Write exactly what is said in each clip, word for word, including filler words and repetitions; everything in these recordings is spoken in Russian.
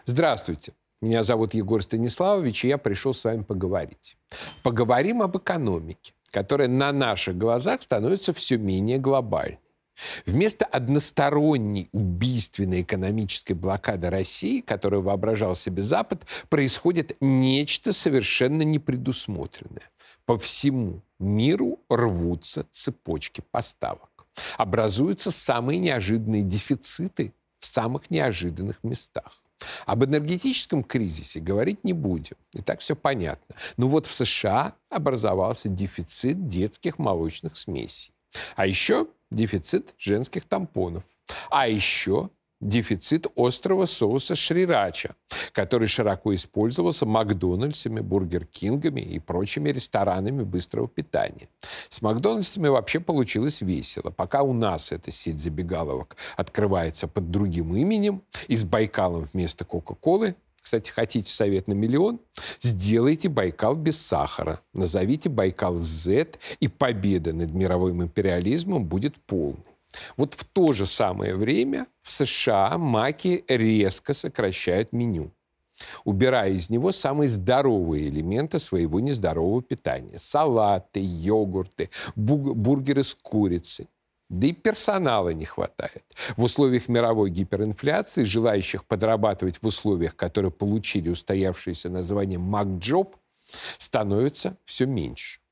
Здравствуйте. Меня зовут Егор Станиславович, и я пришел с вами поговорить. Поговорим об экономике, которая на наших глазах становится все менее глобальной. Вместо односторонней убийственной экономической блокады России, которую воображал себе Запад, происходит нечто совершенно непредусмотренное. По всему миру рвутся цепочки поставок. Образуются самые неожиданные дефициты в самых неожиданных местах. Об энергетическом кризисе говорить не будем. И так все понятно. Но вот в США образовался дефицит детских молочных смесей. А еще дефицит женских тампонов. А еще дефицит острого соуса шрирача, который широко использовался Макдональдсами, Бургер Кингами и прочими ресторанами быстрого питания. С Макдональдсами вообще получилось весело. Пока у нас эта сеть забегаловок открывается под другим именем и с Байкалом вместо Кока-Колы. Кстати, хотите совет на миллион? Сделайте Байкал без сахара. Назовите Байкал зет, и победа над мировым империализмом будет полной. Вот в то же самое время в США маки резко сокращают меню, убирая из него самые здоровые элементы своего нездорового питания. Салаты, йогурты, бургеры с курицей. Да и персонала не хватает. В условиях мировой гиперинфляции желающих подрабатывать в условиях, которые получили устоявшееся название «макджоб», становится все меньше.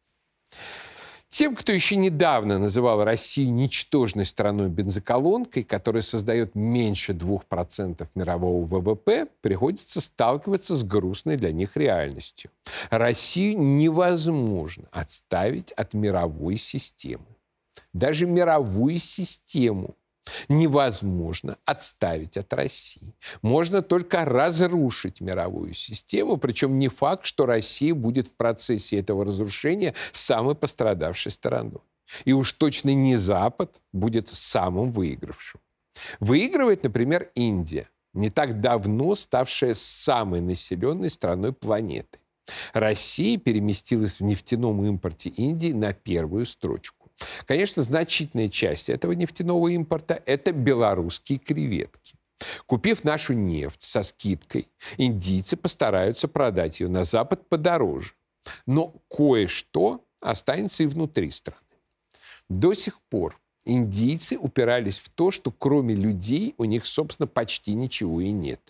Тем, кто еще недавно называл Россию ничтожной страной-бензоколонкой, которая создает меньше двух процентов мирового ВВП, приходится сталкиваться с грустной для них реальностью. Россию невозможно отставить от мировой системы. Даже мировую систему невозможно отставить от России. Можно только разрушить мировую систему, причем не факт, что Россия будет в процессе этого разрушения самой пострадавшей стороной. И уж точно не Запад будет самым выигравшим. Выигрывает, например, Индия, не так давно ставшая самой населенной страной планеты. Россия переместилась в нефтяном импорте Индии на первую строчку. Конечно, значительная часть этого нефтяного импорта – это белорусские креветки. Купив нашу нефть со скидкой, индийцы постараются продать ее на Запад подороже. Но кое-что останется и внутри страны. До сих пор индийцы упирались в то, что кроме людей у них, собственно, почти ничего и нет.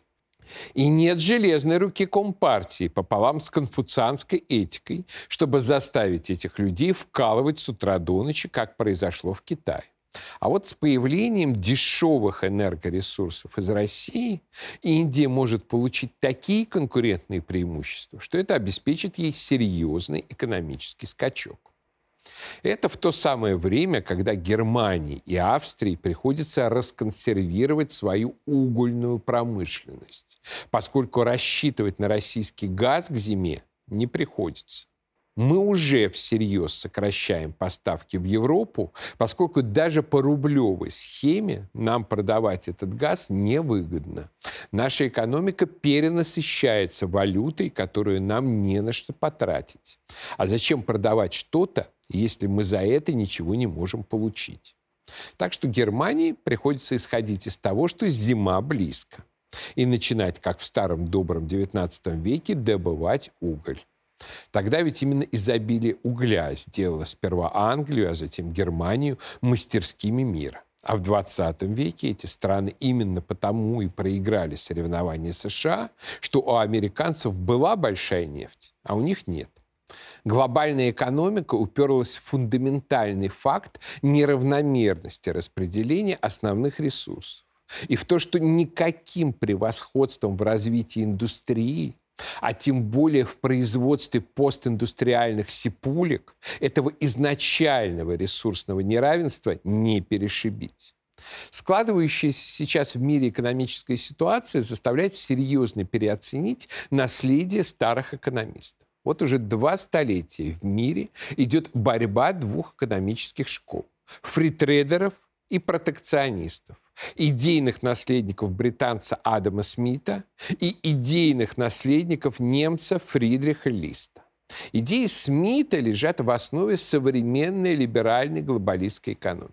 И нет железной руки Компартии пополам с конфуцианской этикой, чтобы заставить этих людей вкалывать с утра до ночи, как произошло в Китае. А вот с появлением дешевых энергоресурсов из России Индия может получить такие конкурентные преимущества, что это обеспечит ей серьезный экономический скачок. Это в то самое время, когда Германии и Австрии приходится расконсервировать свою угольную промышленность, поскольку рассчитывать на российский газ к зиме не приходится. Мы уже всерьез сокращаем поставки в Европу, поскольку даже по рублевой схеме нам продавать этот газ невыгодно. Наша экономика перенасыщается валютой, которую нам не на что потратить. А зачем продавать что-то, если мы за это ничего не можем получить? Так что Германии приходится исходить из того, что зима близко, и начинать, как в старом добром девятнадцатом веке, добывать уголь. Тогда ведь именно изобилие угля сделало сперва Англию, а затем Германию мастерскими мира. А в двадцатом веке эти страны именно потому и проиграли соревнования США, что у американцев была большая нефть, а у них нет. Глобальная экономика уперлась в фундаментальный факт неравномерности распределения основных ресурсов и в то, что никаким превосходством в развитии индустрии, а тем более в производстве постиндустриальных сипулек, этого изначального ресурсного неравенства не перешибить. Складывающаяся сейчас в мире экономическая ситуация заставляет серьезно переоценить наследие старых экономистов. Вот уже два столетия в мире идет борьба двух экономических школ – фритрейдеров и протекционистов, идейных наследников британца Адама Смита и идейных наследников немца Фридриха Листа. Идеи Смита лежат в основе современной либеральной глобалистской экономики.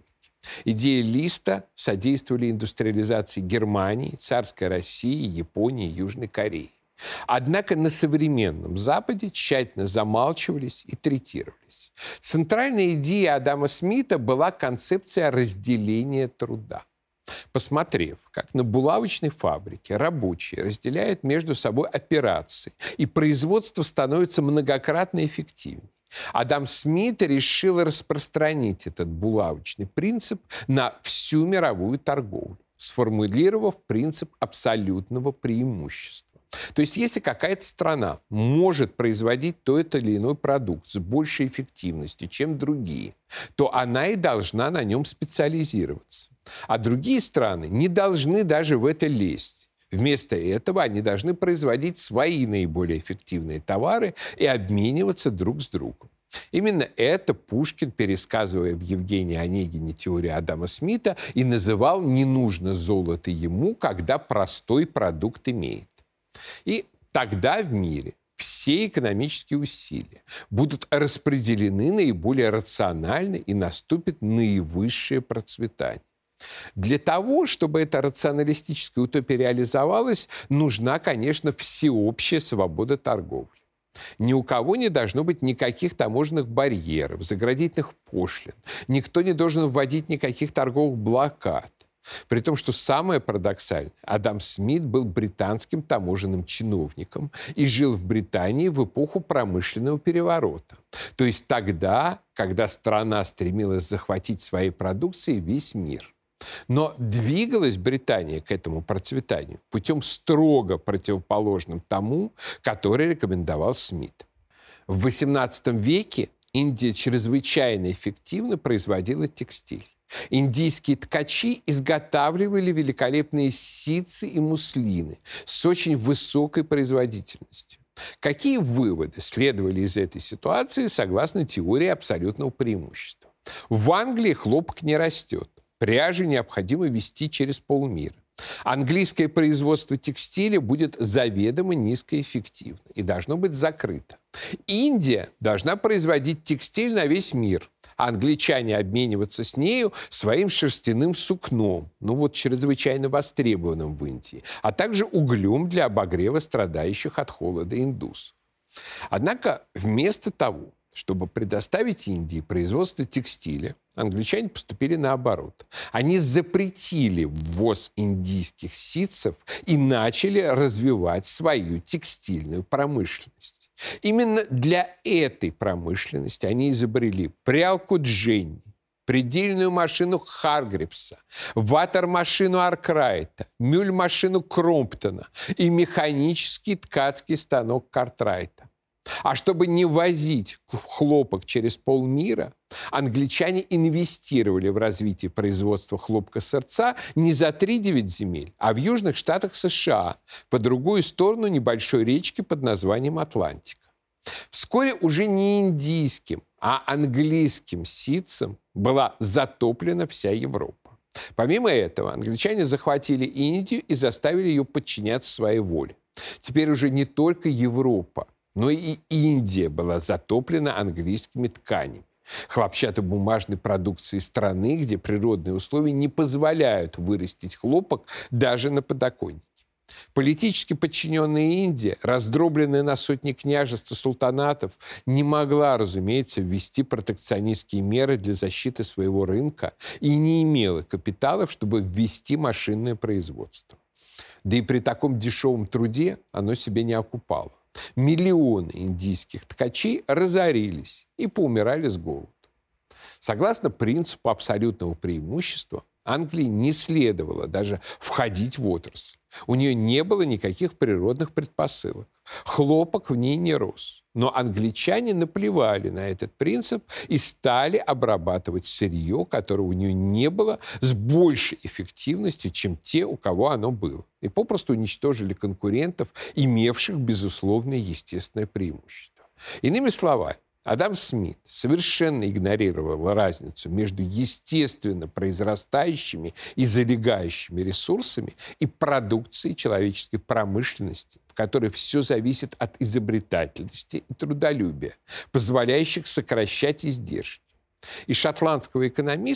Идеи Листа содействовали индустриализации Германии, царской России, Японии, Южной Кореи. Однако на современном Западе тщательно замалчивались и третировались. Центральной идеей Адама Смита была концепция разделения труда. Посмотрев, как на булавочной фабрике рабочие разделяют между собой операции, и производство становится многократно эффективнее, Адам Смит решил распространить этот булавочный принцип на всю мировую торговлю, сформулировав принцип абсолютного преимущества. То есть, если какая-то страна может производить тот или иной продукт с большей эффективностью, чем другие, то она и должна на нем специализироваться. А другие страны не должны даже в это лезть. Вместо этого они должны производить свои наиболее эффективные товары и обмениваться друг с другом. Именно это Пушкин, пересказывая в Евгении Онегине теорию Адама Смита, и называл «не нужно золото ему, когда простой продукт имеет». И тогда в мире все экономические усилия будут распределены наиболее рационально, и наступит наивысшее процветание. Для того, чтобы эта рационалистическая утопия реализовалась, нужна, конечно, всеобщая свобода торговли. Ни у кого не должно быть никаких таможенных барьеров, заградительных пошлин. Никто не должен вводить никаких торговых блокад. При том, что самое парадоксальное, Адам Смит был британским таможенным чиновником и жил в Британии в эпоху промышленного переворота. То есть тогда, когда страна стремилась захватить своей продукцией весь мир. Но двигалась Британия к этому процветанию путем строго противоположным тому, который рекомендовал Смит. В восемнадцатом веке Индия чрезвычайно эффективно производила текстиль. Индийские ткачи изготавливали великолепные ситцы и муслины с очень высокой производительностью. Какие выводы следовали из этой ситуации согласно теории абсолютного преимущества? В Англии хлопок не растет. Пряжи необходимо везти через полмира. Английское производство текстиля будет заведомо низкоэффективно и должно быть закрыто. Индия должна производить текстиль на весь мир, а англичане обмениваться с нею своим шерстяным сукном, ну вот чрезвычайно востребованным в Индии, а также углем для обогрева страдающих от холода индусов. Однако вместо того, чтобы предоставить Индии производство текстиля, англичане поступили наоборот. Они запретили ввоз индийских ситцев и начали развивать свою текстильную промышленность. Именно для этой промышленности они изобрели прялку Дженни, предельную машину Харгривса, ватер-машину Аркрайта, мюль-машину Кромптона и механический ткацкий станок Картрайта. А чтобы не возить хлопок через полмира, англичане инвестировали в развитие производства хлопка-сырца не за три-девять земель, а в южных штатах США, по другую сторону небольшой речки под названием Атлантика. Вскоре уже не индийским, а английским ситцем была затоплена вся Европа. Помимо этого, англичане захватили Индию и заставили ее подчиняться своей воле. Теперь уже не только Европа, но и Индия была затоплена английскими тканями, хлопчатобумажной продукцией страны, где природные условия не позволяют вырастить хлопок даже на подоконнике. Политически подчиненная Индия, раздробленная на сотни княжеств и султанатов, не могла, разумеется, ввести протекционистские меры для защиты своего рынка и не имела капиталов, чтобы ввести машинное производство. Да и при таком дешевом труде оно себе не окупало. Миллионы индийских ткачей разорились и поумирали с голоду. Согласно принципу абсолютного преимущества, Англии не следовало даже входить в отрасль. У нее не было никаких природных предпосылок. Хлопок в ней не рос. Но англичане наплевали на этот принцип и стали обрабатывать сырье, которого у нее не было, с большей эффективностью, чем те, у кого оно было. И попросту уничтожили конкурентов, имевших безусловное естественное преимущество. Иными словами, Адам Смит совершенно игнорировал разницу между естественно произрастающими и залегающими ресурсами и продукцией человеческой промышленности, в которой все зависит от изобретательности и трудолюбия, позволяющих сокращать издержки. И шотландского экономиста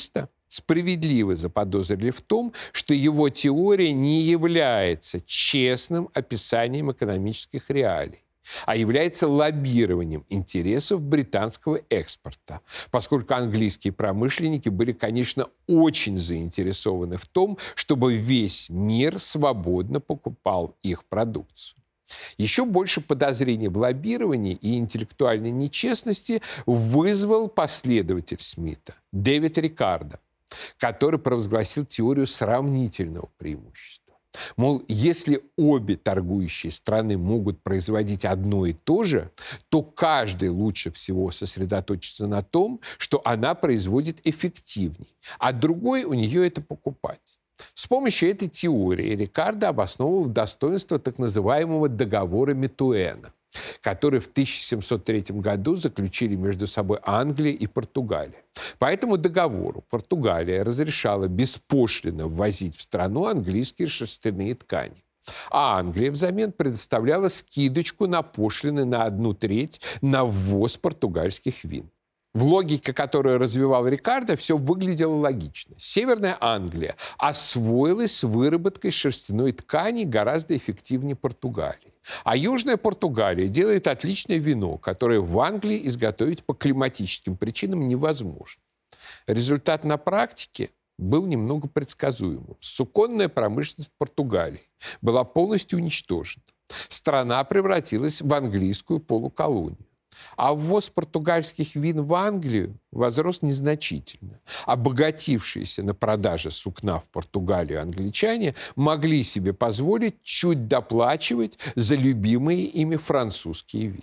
справедливо заподозрили в том, что его теория не является честным описанием экономических реалий, а является лоббированием интересов британского экспорта, поскольку английские промышленники были, конечно, очень заинтересованы в том, чтобы весь мир свободно покупал их продукцию. Еще больше подозрений в лоббировании и интеллектуальной нечестности вызвал последователь Смита Дэвид Рикардо, который провозгласил теорию сравнительного преимущества. Мол, если обе торгующие страны могут производить одно и то же, то каждый лучше всего сосредоточится на том, что она производит эффективней, а другой у нее это покупать. С помощью этой теории Рикардо обосновывал достоинство так называемого договора Метуэна, который в тысяча семьсот третьем году заключили между собой Англия и Португалия. По этому договору Португалия разрешала беспошлино ввозить в страну английские шерстяные ткани, а Англия взамен предоставляла скидочку на пошлины на одну треть на ввоз португальских вин. В логике, которую развивал Рикардо, все выглядело логично. Северная Англия освоилась с выработкой шерстяной ткани гораздо эффективнее Португалии. А Южная Португалия делает отличное вино, которое в Англии изготовить по климатическим причинам невозможно. Результат на практике был немного предсказуемым. Суконная промышленность Португалии была полностью уничтожена. Страна превратилась в английскую полуколонию. А ввоз португальских вин в Англию возрос незначительно. Обогатившиеся на продаже сукна в Португалию англичане могли себе позволить чуть доплачивать за любимые ими французские вина.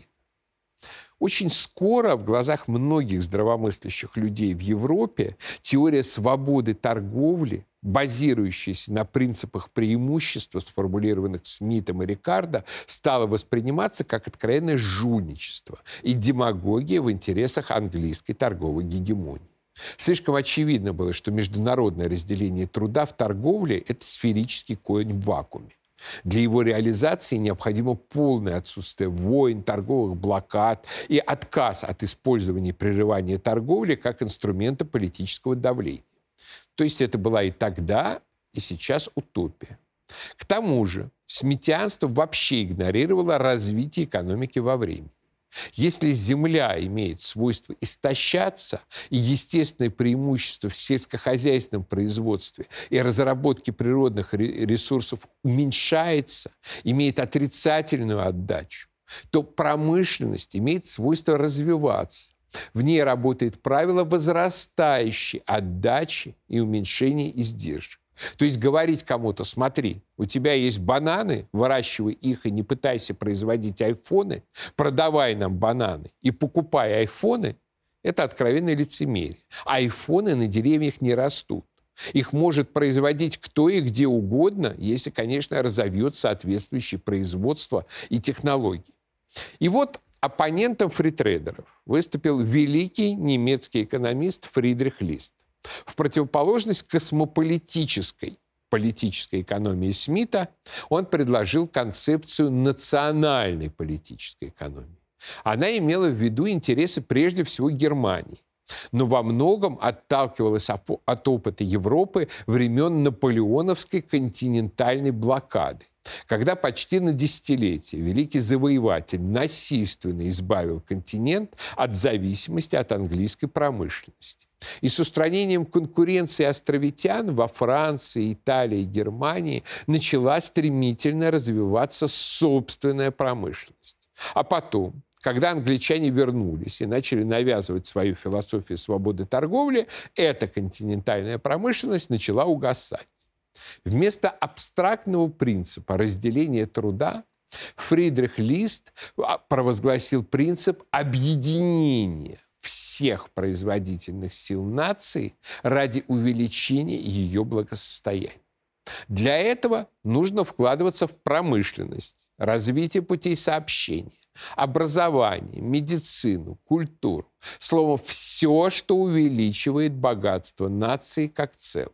Очень скоро в глазах многих здравомыслящих людей в Европе теория свободы торговли, базирующаяся на принципах преимущества, сформулированных Смитом и Рикардо, стала восприниматься как откровенное жульничество и демагогия в интересах английской торговой гегемонии. Слишком очевидно было, что международное разделение труда в торговле – это сферический конь в вакууме. Для его реализации необходимо полное отсутствие войн, торговых блокад и отказ от использования и прерывания торговли как инструмента политического давления. То есть это была и тогда, и сейчас утопия. К тому же смитианство вообще игнорировало развитие экономики во времени. Если земля имеет свойство истощаться, и естественное преимущество в сельскохозяйственном производстве и разработке природных ресурсов уменьшается, имеет отрицательную отдачу, то промышленность имеет свойство развиваться. В ней работает правило возрастающей отдачи и уменьшения издержек. То есть говорить кому-то: смотри, у тебя есть бананы, выращивай их и не пытайся производить айфоны, продавай нам бананы и покупай айфоны, это откровенное лицемерие. Айфоны на деревьях не растут. Их может производить кто и где угодно, если, конечно, разовьет соответствующее производство и технологии. И вот оппонентом фритрейдеров выступил великий немецкий экономист Фридрих Лист. В противоположность космополитической политической экономии Смита он предложил концепцию национальной политической экономии. Она имела в виду интересы прежде всего Германии, но во многом отталкивалась от опыта Европы времен наполеоновской континентальной блокады, когда почти на десятилетие великий завоеватель насильственно избавил континент от зависимости от английской промышленности. И с устранением конкуренции островитян во Франции, Италии и Германии начала стремительно развиваться собственная промышленность. А потом, когда англичане вернулись и начали навязывать свою философию свободы торговли, эта континентальная промышленность начала угасать. Вместо абстрактного принципа разделения труда Фридрих Лист провозгласил принцип объединения всех производительных сил нации ради увеличения ее благосостояния. Для этого нужно вкладываться в промышленность, развитие путей сообщения, образование, медицину, культуру. Словом, все, что увеличивает богатство нации как целое.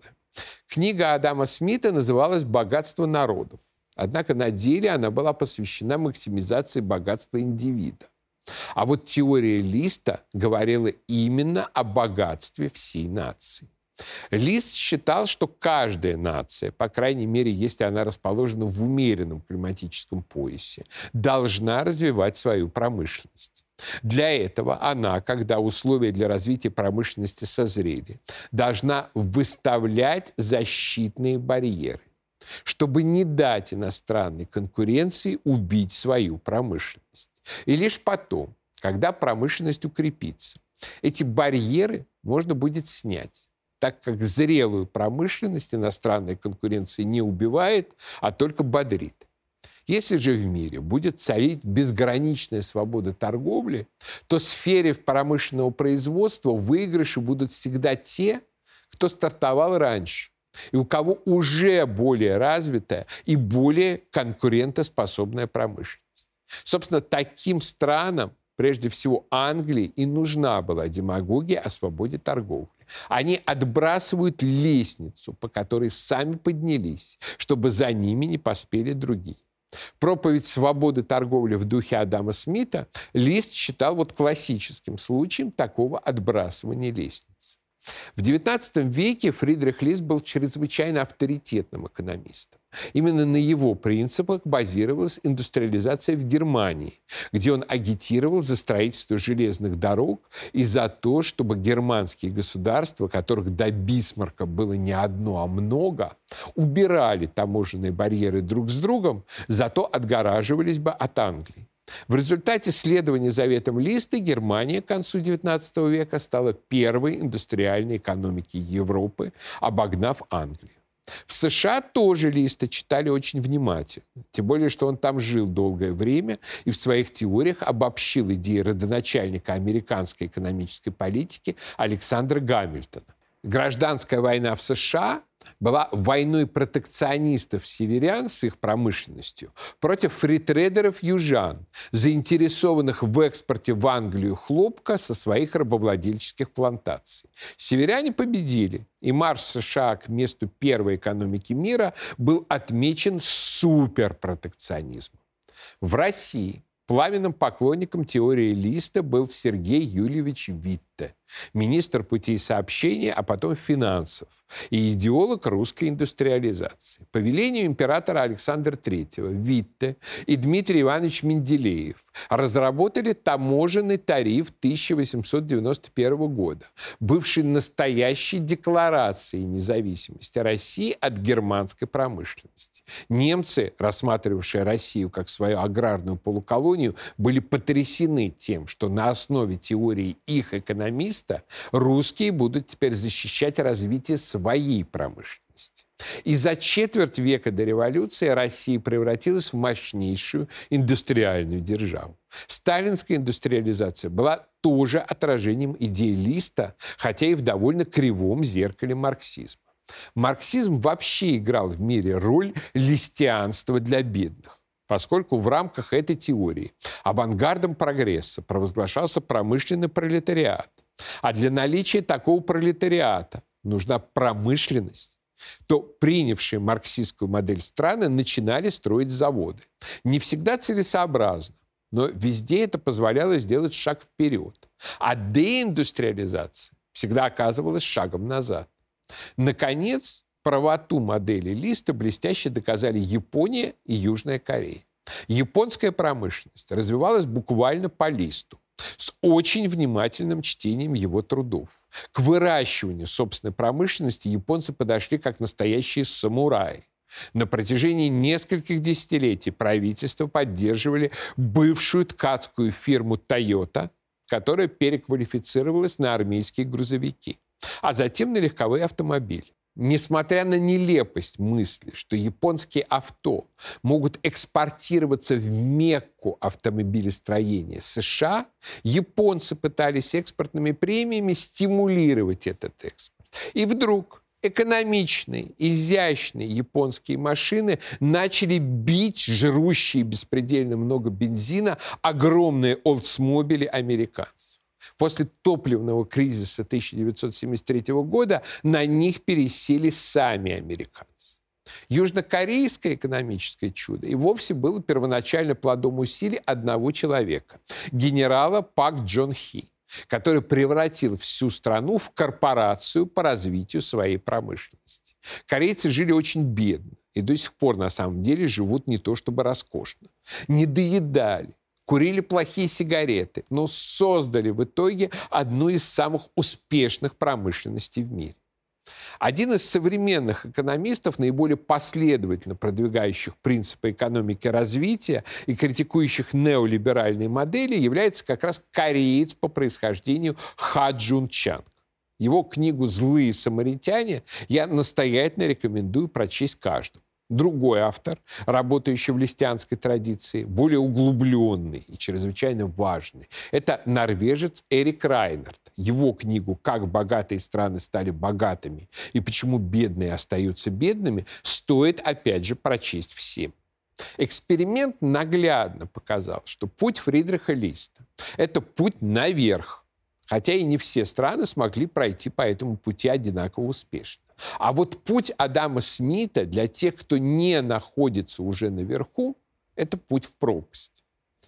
Книга Адама Смита называлась «Богатство народов». Однако на деле она была посвящена максимизации богатства индивида. А вот теория Листа говорила именно о богатстве всей нации. Лист считал, что каждая нация, по крайней мере, если она расположена в умеренном климатическом поясе, должна развивать свою промышленность. Для этого она, когда условия для развития промышленности созрели, должна выставлять защитные барьеры, чтобы не дать иностранной конкуренции убить свою промышленность. И лишь потом, когда промышленность укрепится, эти барьеры можно будет снять, так как зрелую промышленность иностранная конкуренция не убивает, а только бодрит. Если же в мире будет царить безграничная свобода торговли, то в сфере промышленного производства выигрыши будут всегда те, кто стартовал раньше, и у кого уже более развитая и более конкурентоспособная промышленность. Собственно, таким странам, прежде всего Англии, и нужна была демагогия о свободе торговли. Они отбрасывают лестницу, по которой сами поднялись, чтобы за ними не поспели другие. Проповедь свободы торговли в духе Адама Смита Лист считал вот классическим случаем такого отбрасывания лестницы. В девятнадцатом веке Фридрих Лист был чрезвычайно авторитетным экономистом. Именно на его принципах базировалась индустриализация в Германии, где он агитировал за строительство железных дорог и за то, чтобы германские государства, которых до Бисмарка было не одно, а много, убирали таможенные барьеры друг с другом, зато отгораживались бы от Англии. В результате следования заветам Листа Германия к концу девятнадцатого века стала первой индустриальной экономикой Европы, обогнав Англию. В США тоже Листа читали очень внимательно, тем более, что он там жил долгое время и в своих теориях обобщил идеи родоначальника американской экономической политики Александра Гамильтона. Гражданская война в США была войной протекционистов-северян с их промышленностью против фритрейдеров-южан, заинтересованных в экспорте в Англию хлопка со своих рабовладельческих плантаций. Северяне победили, и марш США к месту первой экономики мира был отмечен суперпротекционизмом. В России пламенным поклонником теории Листа был Сергей Юльевич Витте, министр путей сообщения, а потом финансов, и идеолог русской индустриализации. По велению императора Александра Третьего Витте и Дмитрий Иванович Менделеев разработали таможенный тариф тысяча восемьсот девяносто первого года, бывший настоящей декларацией независимости России от германской промышленности. Немцы, рассматривавшие Россию как свою аграрную полуколонию, были потрясены тем, что на основе теории их экономистов русские будут теперь защищать развитие своей промышленности. И за четверть века до революции Россия превратилась в мощнейшую индустриальную державу. Сталинская индустриализация была тоже отражением идей Листа, хотя и в довольно кривом зеркале марксизма. Марксизм вообще играл в мире роль листианства для бедных, поскольку в рамках этой теории авангардом прогресса провозглашался промышленный пролетариат. А для наличия такого пролетариата нужна промышленность, то принявшие марксистскую модель страны начинали строить заводы. Не всегда целесообразно, но везде это позволяло сделать шаг вперед. А деиндустриализация всегда оказывалась шагом назад. Наконец, правоту модели Листа блестяще доказали Япония и Южная Корея. Японская промышленность развивалась буквально по Листу, с очень внимательным чтением его трудов. К выращиванию собственной промышленности японцы подошли как настоящие самураи. На протяжении нескольких десятилетий правительства поддерживали бывшую ткацкую фирму Toyota, которая переквалифицировалась на армейские грузовики, а затем на легковые автомобили. Несмотря на нелепость мысли, что японские авто могут экспортироваться в Мекку автомобилестроения США, японцы пытались экспортными премиями стимулировать этот экспорт. И вдруг экономичные, изящные японские машины начали бить жрущие беспредельно много бензина огромные олдсмобили американцев. После топливного кризиса тысяча девятьсот семьдесят третьего года на них пересели сами американцы. Южнокорейское экономическое чудо и вовсе было первоначально плодом усилий одного человека – генерала Пак Джон Хи. который превратил всю страну в корпорацию по развитию своей промышленности. Корейцы жили очень бедно и до сих пор на самом деле живут не то чтобы роскошно. Не доедали, курили плохие сигареты, но создали в итоге одну из самых успешных промышленностей в мире. Один из современных экономистов, наиболее последовательно продвигающих принципы экономики развития и критикующих неолиберальные модели, является как раз кореец по происхождению Ха Джун Чанг. Его книгу «Злые самаритяне» я настоятельно рекомендую прочесть каждому. Другой автор, работающий в листянской традиции, более углубленный и чрезвычайно важный, это норвежец Эрик Райнерт. Его книгу «Как богатые страны стали богатыми и почему бедные остаются бедными» стоит, опять же, прочесть всем. Эксперимент наглядно показал, что путь Фридриха Листа – это путь наверх, хотя и не все страны смогли пройти по этому пути одинаково успешно. А вот путь Адама Смита для тех, кто не находится уже наверху, это путь в пропасть.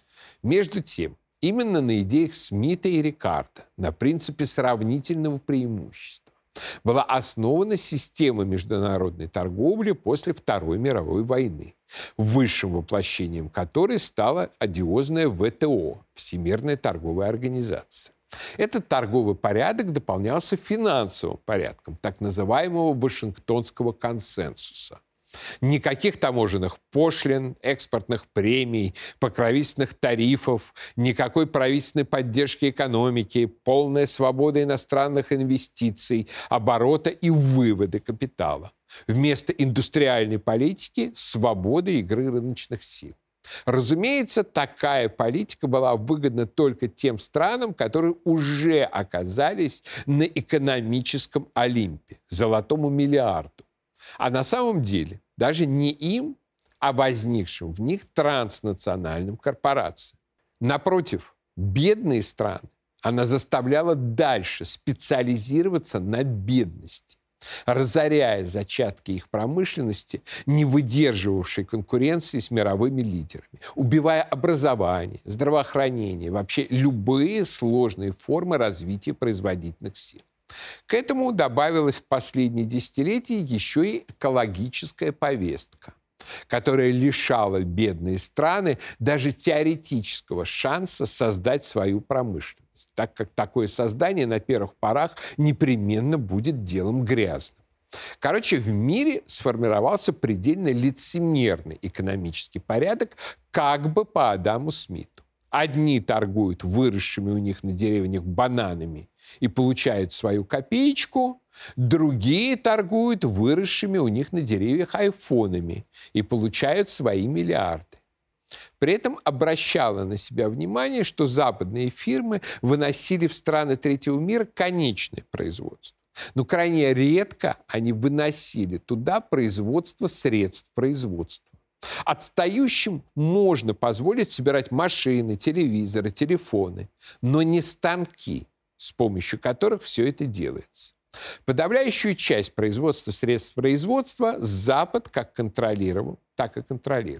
Между тем, именно на идеях Смита и Рикардо, на принципе сравнительного преимущества, была основана система международной торговли после Второй мировой войны, высшим воплощением которой стала одиозная вэ тэ о, Всемирная торговая организация. Этот торговый порядок дополнялся финансовым порядком так называемого Вашингтонского консенсуса. Никаких таможенных пошлин, экспортных премий, покровительственных тарифов, никакой правительственной поддержки экономики, полная свобода иностранных инвестиций, оборота и вывода капитала. Вместо индустриальной политики – свобода игры рыночных сил. Разумеется, такая политика была выгодна только тем странам, которые уже оказались на экономическом Олимпе, золотому миллиарду. А на самом деле даже не им, а возникшим в них транснациональным корпорациям. Напротив, бедные страны она заставляла дальше специализироваться на бедности, разоряя зачатки их промышленности, не выдерживавшей конкуренции с мировыми лидерами, убивая образование, здравоохранение, вообще любые сложные формы развития производительных сил. К этому добавилась в последние десятилетия еще и экологическая повестка, которая лишала бедные страны даже теоретического шанса создать свою промышленность, так как такое создание на первых порах непременно будет делом грязным. Короче, в мире сформировался предельно лицемерный экономический порядок как бы по Адаму Смиту. Одни торгуют выросшими у них на деревнях бананами и получают свою копеечку, другие торгуют выросшими у них на деревьях айфонами и получают свои миллиарды. При этом обращало на себя внимание, что западные фирмы выносили в страны третьего мира конечное производство. Но крайне редко они выносили туда производство средств производства. Отстающим можно позволить собирать машины, телевизоры, телефоны, но не станки, с помощью которых все это делается. Подавляющую часть производства средств производства Запад как контролировал, так и контролирует.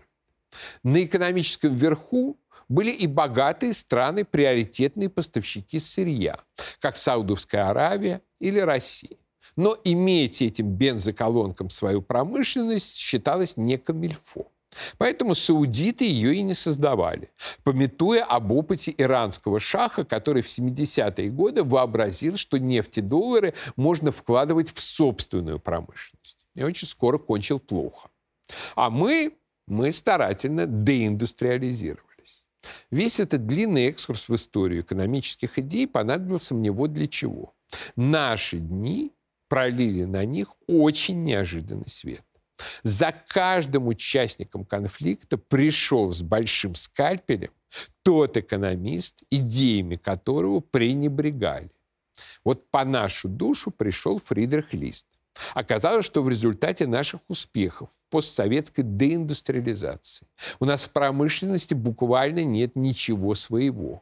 На экономическом верху были и богатые страны, приоритетные поставщики сырья, как Саудовская Аравия или Россия. Но иметь этим бензоколонкам свою промышленность считалось не камильфо. Поэтому саудиты ее и не создавали, памятуя об опыте иранского шаха, который в семидесятые годы вообразил, что нефть и доллары можно вкладывать в собственную промышленность. И очень скоро кончил плохо. А мы, мы старательно деиндустриализировались. Весь этот длинный экскурс в историю экономических идей понадобился мне вот для чего. Наши дни пролили на них очень неожиданный свет. За каждым участником конфликта пришел с большим скальпелем тот экономист, идеями которого пренебрегали. Вот по нашу душу пришел Фридрих Лист. Оказалось, что в результате наших успехов в постсоветской деиндустриализации у нас в промышленности буквально нет ничего своего.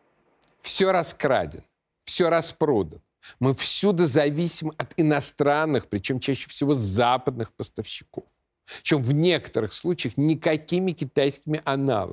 Все раскрадено, все распродано. Мы всюду зависим от иностранных, причем чаще всего западных поставщиков. Причем в некоторых случаях никакими китайскими аналогами.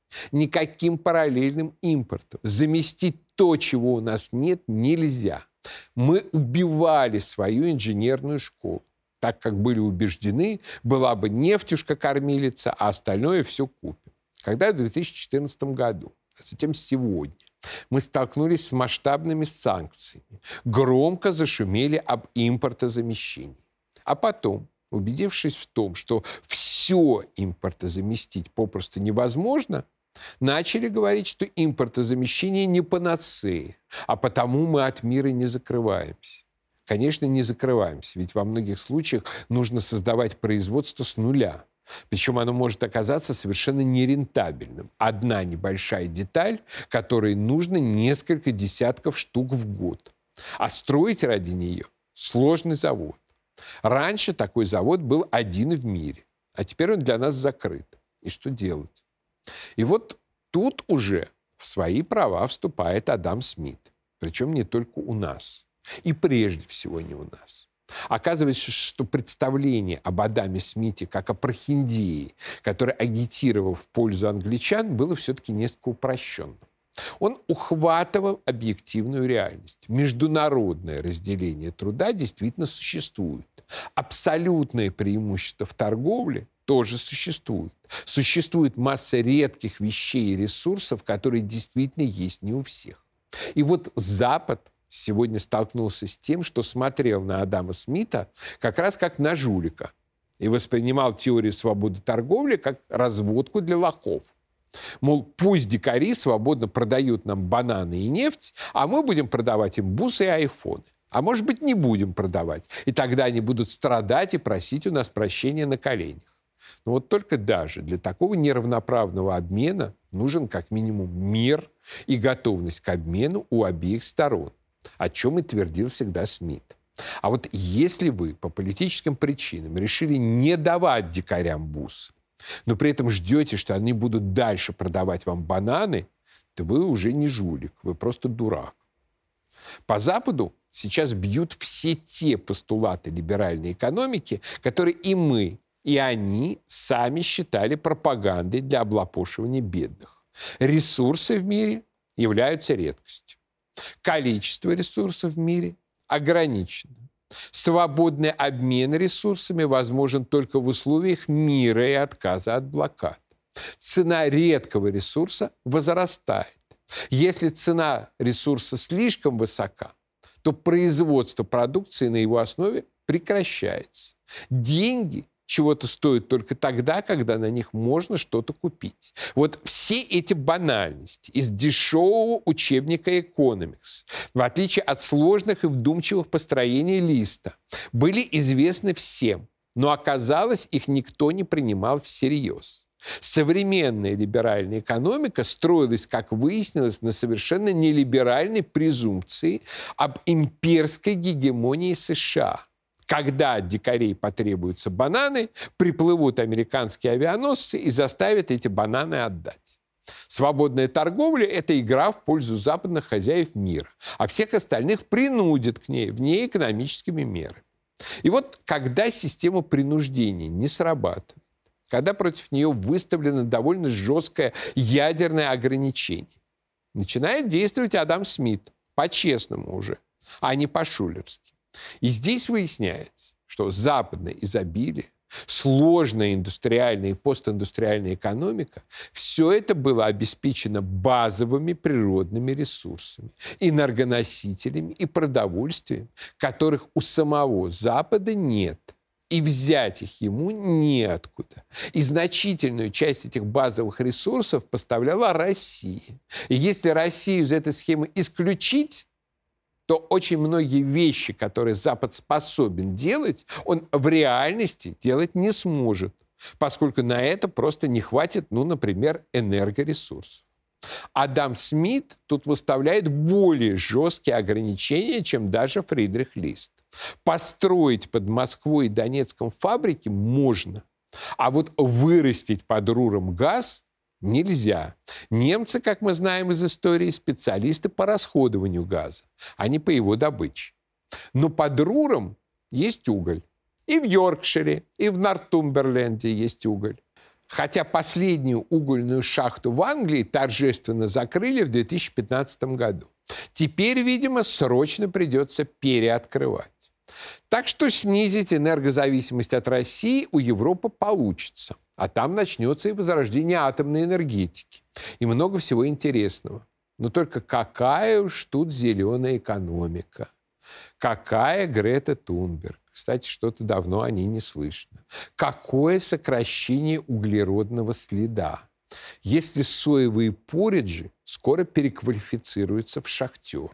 никаким параллельным импортом. Заместить то, чего у нас нет, нельзя. Мы убивали свою инженерную школу, так как были убеждены, была бы нефтюшка-кормилица, а остальное все купим. Когда в две тысячи четырнадцатом году, а затем сегодня, мы столкнулись с масштабными санкциями, громко зашумели об импортозамещении. А потом, убедившись в том, что все импортозаместить попросту невозможно, начали говорить, что импортозамещение не панацея, а потому мы от мира не закрываемся. Конечно, не закрываемся, ведь во многих случаях нужно создавать производство с нуля. Причем оно может оказаться совершенно нерентабельным. Одна небольшая деталь, которой нужно несколько десятков штук в год. А строить ради нее сложный завод. Раньше такой завод был один в мире, а теперь он для нас закрыт. И что делать? И вот тут уже в свои права вступает Адам Смит. Причем не только у нас. И прежде всего не у нас. Оказывается, что представление об Адаме Смите как о прохиндее, который агитировал в пользу англичан, было все-таки несколько упрощенным. Он ухватывал объективную реальность. Международное разделение труда действительно существует. Абсолютное преимущество в торговле тоже существует. Существует масса редких вещей и ресурсов, которые действительно есть не у всех. И вот Запад сегодня столкнулся с тем, что смотрел на Адама Смита как раз как на жулика и воспринимал теорию свободы торговли как разводку для лохов. Мол, пусть дикари свободно продают нам бананы и нефть, а мы будем продавать им бусы и айфоны. А может быть, не будем продавать. И тогда они будут страдать и просить у нас прощения на коленях. Но вот только даже для такого неравноправного обмена нужен как минимум мир и готовность к обмену у обеих сторон, о чем и твердил всегда Смит. А вот если вы по политическим причинам решили не давать дикарям бусы, но при этом ждете, что они будут дальше продавать вам бананы, то вы уже не жулик, вы просто дурак. По Западу сейчас бьют все те постулаты либеральной экономики, которые и мы, и они сами считали пропагандой для облапошивания бедных. Ресурсы в мире являются редкостью. Количество ресурсов в мире ограничено. Свободный обмен ресурсами возможен только в условиях мира и отказа от блокад. Цена редкого ресурса возрастает. Если цена ресурса слишком высока, то производство продукции на его основе прекращается. Деньги чего-то стоят только тогда, когда на них можно что-то купить. Вот все эти банальности из дешевого учебника «Экономикс», в отличие от сложных и вдумчивых построений Листа, были известны всем, но оказалось, их никто не принимал всерьез. Современная либеральная экономика строилась, как выяснилось, на совершенно нелиберальной презумпции об имперской гегемонии США. Когда от дикарей потребуются бананы, приплывут американские авианосцы и заставят эти бананы отдать. Свободная торговля – это игра в пользу западных хозяев мира, а всех остальных принудят к ней внеэкономическими мерами. И вот когда система принуждения не срабатывает, когда против нее выставлено довольно жесткое ядерное ограничение, начинает действовать Адам Смит, по-честному уже, а не по-шулерски. И здесь выясняется, что западное изобилие, сложная индустриальная и постиндустриальная экономика, все это было обеспечено базовыми природными ресурсами, энергоносителями и продовольствием, которых у самого Запада нет. И взять их ему неоткуда. И значительную часть этих базовых ресурсов поставляла Россия. И если Россию из этой схемы исключить, то очень многие вещи, которые Запад способен делать, он в реальности делать не сможет, поскольку на это просто не хватит, ну, например, энергоресурсов. Адам Смит тут выставляет более жесткие ограничения, чем даже Фридрих Лист. Построить под Москвой и Донецком фабрики можно, а вот вырастить под Руром газ нельзя. Немцы, как мы знаем из истории, специалисты по расходованию газа, а не по его добыче. Но под Руром есть уголь. И в Йоркшире, и в Нортумберленде есть уголь. Хотя последнюю угольную шахту в Англии торжественно закрыли в две тысячи пятнадцатом году. Теперь, видимо, срочно придется переоткрывать. Так что снизить энергозависимость от России у Европы получится. А там начнется и возрождение атомной энергетики. И много всего интересного. Но только какая уж тут зеленая экономика. Какая Грета Тунберг. Кстати, что-то давно о ней не слышно. Какое сокращение углеродного следа. Если соевые пориджи скоро переквалифицируются в шахтеров.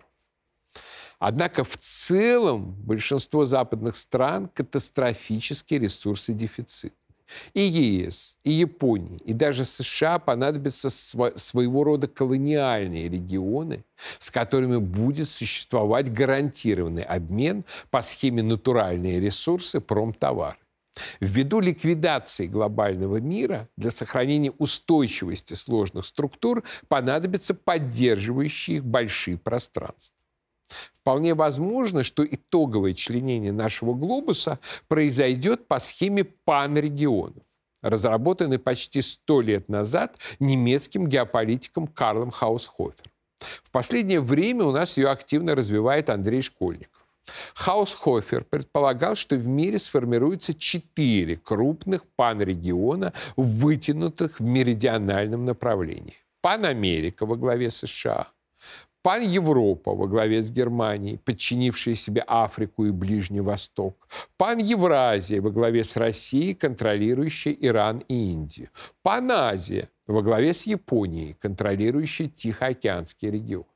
Однако в целом большинство западных стран катастрофически ресурсодефицитны. И ЕС, и Японии, и даже США понадобятся сво- своего рода колониальные регионы, с которыми будет существовать гарантированный обмен по схеме натуральные ресурсы, промтовары. Ввиду ликвидации глобального мира для сохранения устойчивости сложных структур понадобятся поддерживающие их большие пространства. Вполне возможно, что итоговое членение нашего глобуса произойдет по схеме панрегионов, разработанной почти сто лет назад немецким геополитиком Карлом Хаусхофером. В последнее время у нас ее активно развивает Андрей Школьников. Хаусхофер предполагал, что в мире сформируется четыре крупных панрегиона, вытянутых в меридиональном направлении. Панамерика во главе США, Пан-Европа во главе с Германией, подчинившая себе Африку и Ближний Восток. Пан-Евразия во главе с Россией, контролирующая Иран и Индию. Пан-Азия во главе с Японией, контролирующая Тихоокеанский регион.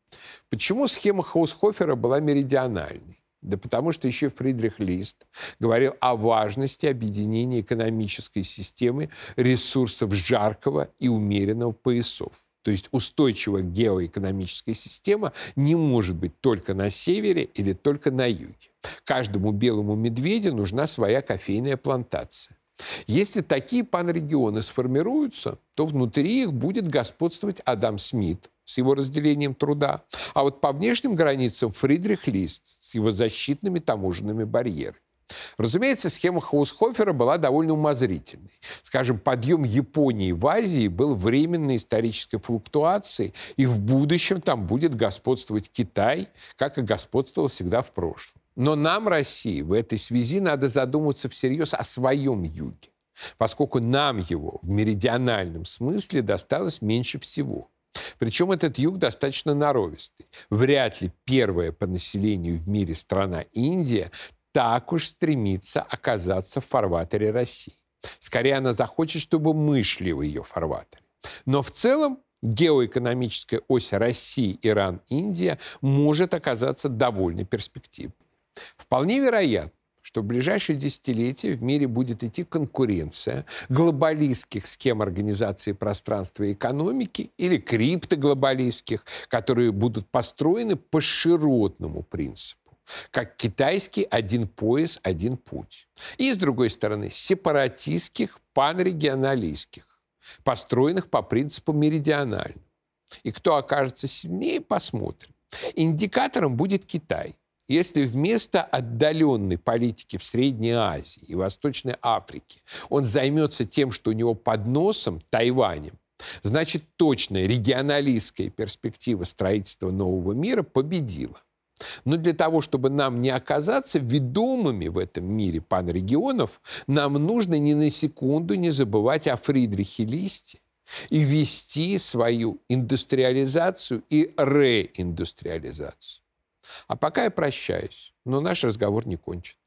Почему схема Хаусхофера была меридиональной? Да потому что еще Фридрих Лист говорил о важности объединения экономической системы ресурсов жаркого и умеренного поясов. То есть устойчивая геоэкономическая система не может быть только на севере или только на юге. Каждому белому медведю нужна своя кофейная плантация. Если такие панрегионы сформируются, то внутри их будет господствовать Адам Смит с его разделением труда, а вот по внешним границам Фридрих Лист с его защитными таможенными барьерами. Разумеется, схема Хаусхофера была довольно умозрительной. Скажем, подъем Японии в Азии был временной исторической флуктуацией, и в будущем там будет господствовать Китай, как и господствовал всегда в прошлом. Но нам, России, в этой связи надо задуматься всерьез о своем юге, поскольку нам его в меридиональном смысле досталось меньше всего. Причем этот юг достаточно норовистый. Вряд ли первая по населению в мире страна Индия так уж стремится оказаться в фарватере России. Скорее, она захочет, чтобы мы шли в ее фарватере. Но в целом геоэкономическая ось Россия, Иран, Индия может оказаться довольно перспективной. Вполне вероятно, что в ближайшие десятилетия в мире будет идти конкуренция глобалистских схем организации пространства и экономики или криптоглобалистских, которые будут построены по широтному принципу, как китайский «один пояс, один путь». И, с другой стороны, сепаратистских, панрегионалистских, построенных по принципу меридиональному. И кто окажется сильнее, посмотрим. Индикатором будет Китай. Если вместо отдаленной политики в Средней Азии и Восточной Африке он займется тем, что у него под носом, Тайванем, значит, точно регионалистская перспектива строительства нового мира победила. Но для того, чтобы нам не оказаться ведомыми в этом мире панрегионов, нам нужно ни на секунду не забывать о Фридрихе Листе и вести свою индустриализацию и реиндустриализацию. А пока я прощаюсь, но наш разговор не кончен.